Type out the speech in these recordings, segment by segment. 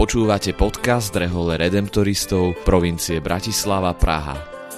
Počúvate podcast Rehole redemptoristov provincie Bratislava, Praha.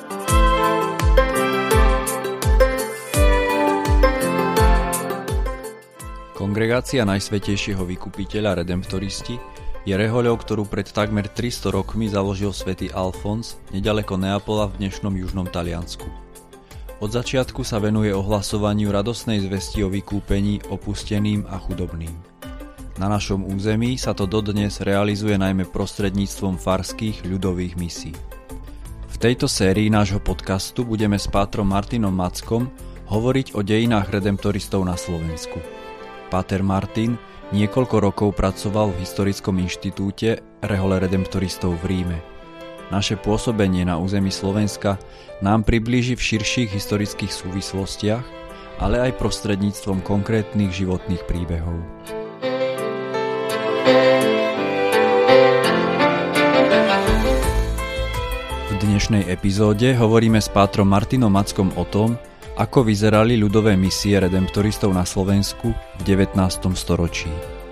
Kongregácia Najsvätejšieho vykupiteľa Redemptoristi je rehoľou, ktorú pred takmer 300 rokmi založil svätý Alfons neďaleko Neapola v dnešnom južnom Taliansku. Od začiatku sa venuje ohlasovaniu radosnej zvesti o vykúpení opusteným a chudobným. Na našom území sa to dodnes realizuje najmä prostredníctvom farských ľudových misií. V tejto sérii nášho podcastu budeme s pátrom Martinom Mackom hovoriť o dejinách redemptoristov na Slovensku. Páter Martin niekoľko rokov pracoval v Historickom inštitúte Rehole redemptoristov v Ríme. Naše pôsobenie na území Slovenska nám priblíži v širších historických súvislostiach, ale aj prostredníctvom konkrétnych životných príbehov. V dnešnej epizóde hovoríme s pátrom Martinom Mackom o tom, ako vyzerali ľudové misie redemptoristov na Slovensku v 19. storočí.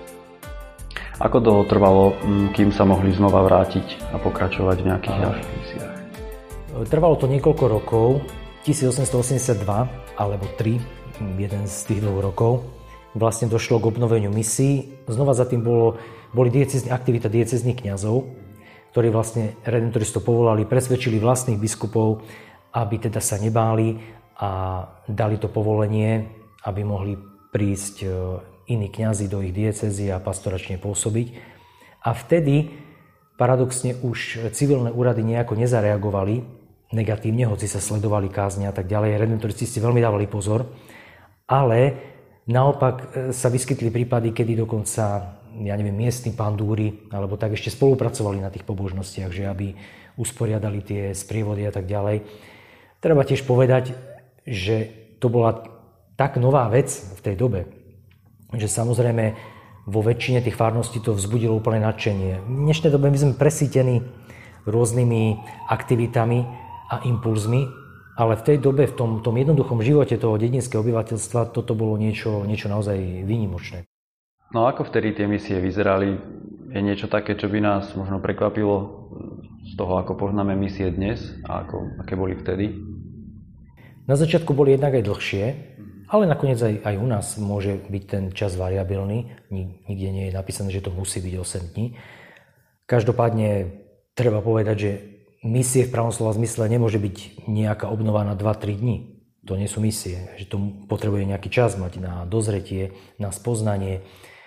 Ako dlho trvalo, kým sa mohli znova vrátiť a pokračovať v nejakých ďalších misiách? Trvalo to niekoľko rokov, 1882 alebo 3, jeden z tých 2 rokov. Vlastne došlo k obnoveniu misií. Znova za tým boli aktivita diecéznych kňazov, ktorí vlastne redemptoristov povolali, presvedčili vlastných biskupov, aby teda sa nebáli a dali to povolenie, aby mohli prísť iní kňazi do ich diecézy a pastoračne pôsobiť. A vtedy paradoxne už civilné úrady nejako nezareagovali negatívne, hoci sa sledovali kázne a tak ďalej. Redemptoristi si veľmi dávali pozor, ale naopak sa vyskytli prípady, kedy dokonca, miestni pandúri alebo tak ešte spolupracovali na tých pobožnostiach, že aby usporiadali tie sprievody a tak ďalej. Treba tiež povedať, že to bola tak nová vec v tej dobe, že samozrejme vo väčšine tých farností to vzbudilo úplne nadšenie. V dnešnej dobe my sme presýtení rôznymi aktivitami a impulzmi, ale v tej dobe, v tom jednoduchom živote toho dedinského obyvateľstva, toto bolo niečo naozaj výnimočné. No ako vtedy tie misie vyzerali? Je niečo také, čo by nás možno prekvapilo z toho, ako poznáme misie dnes a aké boli vtedy? Na začiatku boli jednak aj dlhšie, ale nakoniec aj u nás môže byť ten čas variabilný. Nikde nie je napísané, že to musí byť 8 dní. Každopádne treba povedať, že misie v pravom slova zmysle nemôže byť nejaká obnova na 2-3 dní. To nie sú misie. Že to potrebuje nejaký čas mať na dozretie, na spoznanie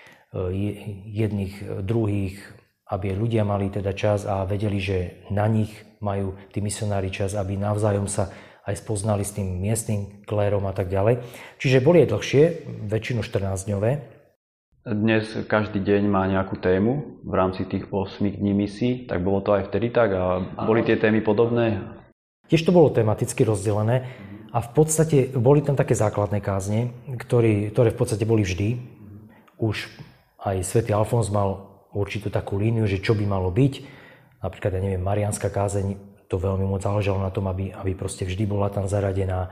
jedných, druhých, aby ľudia mali teda čas a vedeli, že na nich majú tí misionári čas, aby navzájom sa aj spoznali s tým miestnym klérom a tak ďalej. Čiže boli aj dlhšie, väčšinu 14-dňové. Dnes každý deň má nejakú tému v rámci tých 8 dní misií, tak bolo to aj vtedy tak a boli tie témy podobné? Tiež to bolo tematicky rozdelené a v podstate boli tam také základné kázne, ktoré v podstate boli vždy. Už aj svätý Alfons mal určitú takú líniu, že čo by malo byť. Napríklad, mariánska kázeň, to veľmi moc záležalo na tom, aby proste vždy bola tam zaradená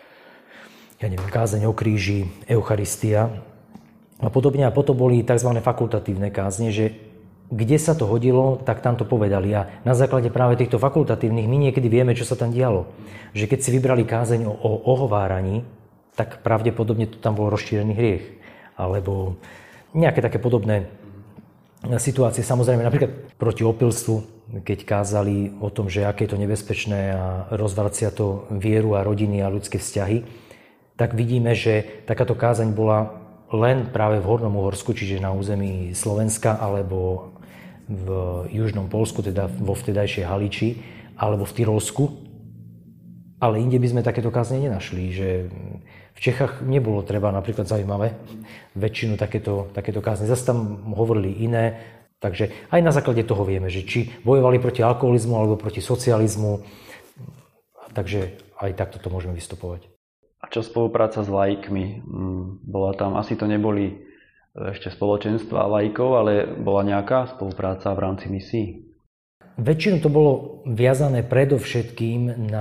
kázeň o kríži, Eucharistia a podobne. A potom boli tzv. Fakultatívne kázne, že kde sa to hodilo, tak tam to povedali. A na základe práve týchto fakultatívnych my niekedy vieme, čo sa tam dialo. Že keď si vybrali kázeň o ohováraní, tak pravdepodobne to tam bol rozšírený hriech. Alebo nejaké také podobné situácie, samozrejme napríklad proti opilstvu, keď kázali o tom, že aké je to nebezpečné a rozvracia to vieru a rodiny a ľudské vzťahy, tak vidíme, že takáto kázaň bola len práve v Hornom Uhorsku, čiže na území Slovenska alebo v južnom Poľsku, teda vo vtedajšej Haliči, alebo v Tyrolsku. Ale inde by sme takéto kázne nenašli, že v Čechách nebolo treba, napríklad zaujímavé, väčšinu takéto kázne. Zase tam hovorili iné, takže aj na základe toho vieme, že či bojovali proti alkoholizmu alebo proti socializmu, takže aj takto to môžeme vystupovať. A čo spolupráca s laikmi? Bola tam, asi to neboli ešte spoločenstva laikov, ale bola nejaká spolupráca v rámci misií? Väčšinu to bolo viazané predovšetkým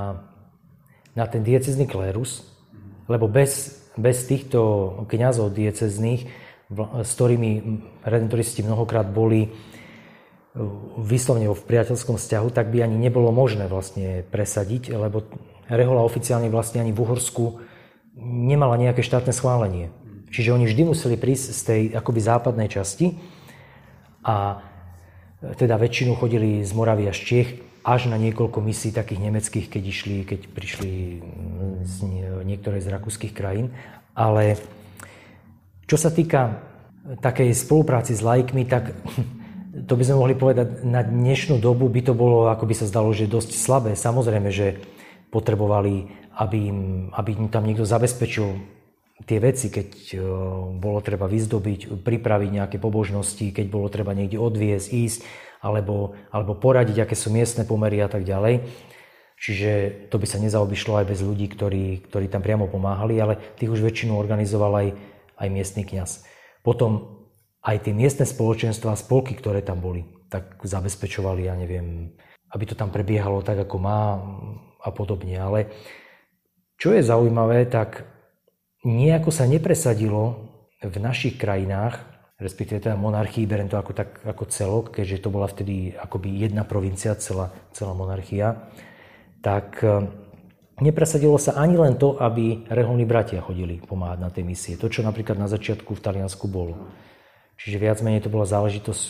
na ten diecézny klérus, lebo bez týchto kňazov diecéznych, s ktorými redemptoristi mnohokrát boli vyslovne v priateľskom vzťahu, tak by ani nebolo možné vlastne presadiť, lebo rehoľa oficiálne vlastne ani v Uhorsku nemala nejaké štátne schválenie. Čiže oni vždy museli prísť z tej akoby západnej časti a teda väčšinu chodili z Moravy až Čiech, až na niekoľko misií takých nemeckých, keď prišli z niektoré z rakúskych krajín. Ale čo sa týka takej spolupráci s laikmi, tak to by sme mohli povedať, na dnešnú dobu by to bolo, ako by sa zdalo, že dosť slabé. Samozrejme, že potrebovali, aby im tam niekto zabezpečil tie veci, keď bolo treba vyzdobiť, pripraviť nejaké pobožnosti, keď bolo treba niekde odviezť, ísť, alebo poradiť, aké sú miestne pomery a tak ďalej. Čiže to by sa nezaobišlo aj bez ľudí, ktorí tam priamo pomáhali, ale tých už väčšinu organizoval aj miestny kňaz. Potom aj tie miestne spoločenstvá, spolky, ktoré tam boli, tak zabezpečovali, ja neviem, aby to tam prebiehalo tak, ako má a podobne. Ale čo je zaujímavé, tak nejako sa nepresadilo v našich krajinách, respektíve teda monarchii, beriem to ako celok, keďže to bola vtedy akoby jedna provincia, celá monarchia, tak nepresadilo sa ani len to, aby reholní bratia chodili pomáhať na tie misie. To, čo napríklad na začiatku v Taliansku bolo. Čiže viac menej to bola záležitosť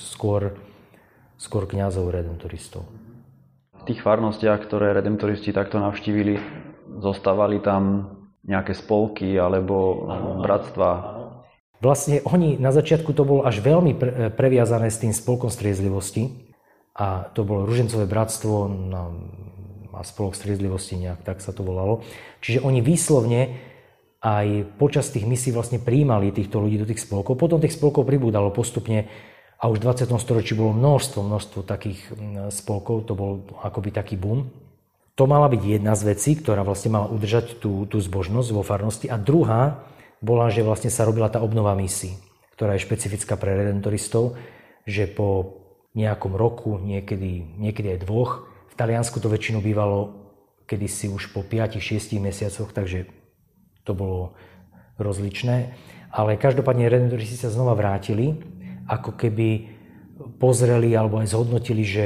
skôr kňazov redemptoristov. V tých farnostiach, ktoré redemptoristi takto navštívili, zostávali tam nejaké spolky alebo bratstva? Vlastne oni na začiatku to bolo až veľmi previazané s tým spolkom striezlivosti a to bolo Ružencové bratstvo a spolok striezlivosti, nejak tak sa to volalo. Čiže oni výslovne aj počas tých misií vlastne prijímali týchto ľudí do tých spolkov. Potom tých spolkov pribúdalo postupne a už v 20. storočí bolo množstvo takých spolkov, to bol akoby taký boom. To mala byť jedna z vecí, ktorá vlastne mala udržať tú zbožnosť vo farnosti a druhá bola, že vlastne sa robila tá obnova misií, ktorá je špecifická pre redemptoristov, že po nejakom roku, niekedy aj 2, v Taliansku to väčšinou bývalo kedysi už po 5-6 mesiacoch, takže to bolo rozličné. Ale každopádne redemptoristi sa znova vrátili, ako keby pozreli alebo aj zhodnotili, že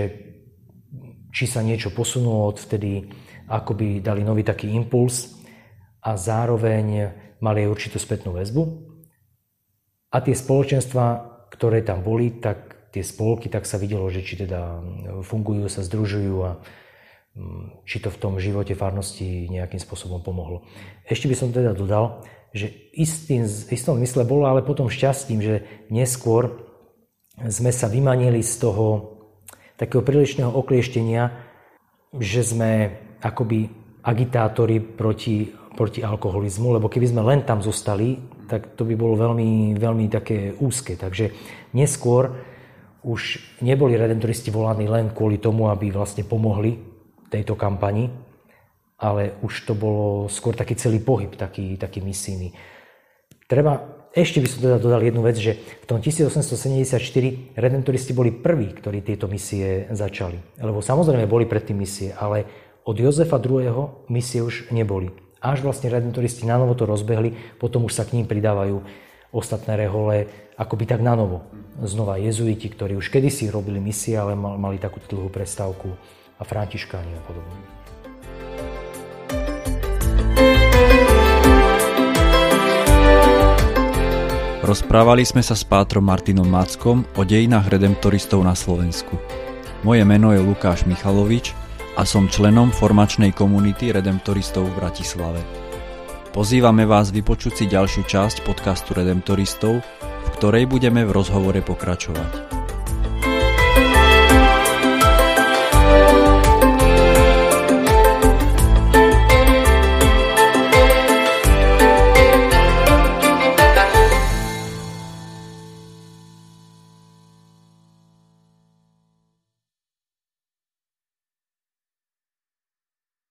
či sa niečo posunulo odvtedy, ako by dali nový taký impuls a zároveň mali aj určitú spätnú väzbu. A tie spoločenstvá, ktoré tam boli, tak tie spolky, tak sa videlo, že či teda fungujú, sa združujú a či to v tom živote farnosti nejakým spôsobom pomohlo. Ešte by som teda dodal, že istom mysle bolo ale potom šťastím, že neskôr sme sa vymanili z toho takého prílišného oklieštenia, že sme akoby agitátori proti alkoholizmu, lebo keby sme len tam zostali, tak to by bolo veľmi, veľmi také úzke. Takže neskôr už neboli redemptoristi volaní len kvôli tomu, aby vlastne pomohli tejto kampani, ale už to bolo skôr taký celý pohyb, taký misijný. Ešte by som teda dodal jednu vec, že v tom 1874 redemptoristi boli prví, ktorí tieto misie začali. Lebo samozrejme boli predtým misie, ale od Jozefa II. Misie už neboli. Až vlastne redemptoristi na novo to rozbehli, potom už sa k ním pridávajú ostatné rehole, akoby tak na novo. Znova jezuiti, ktorí už kedysi robili misie, ale mali takú dlhú prestávku, a františkáni a podobne. Rozprávali sme sa s pátrom Martinom Mackom o dejinách redemptoristov na Slovensku. Moje meno je Lukáš Michalovič a som členom formačnej komunity redemptoristov v Bratislave. Pozývame vás vypočuť si ďalšiu časť podcastu redemptoristov, v ktorej budeme v rozhovore pokračovať.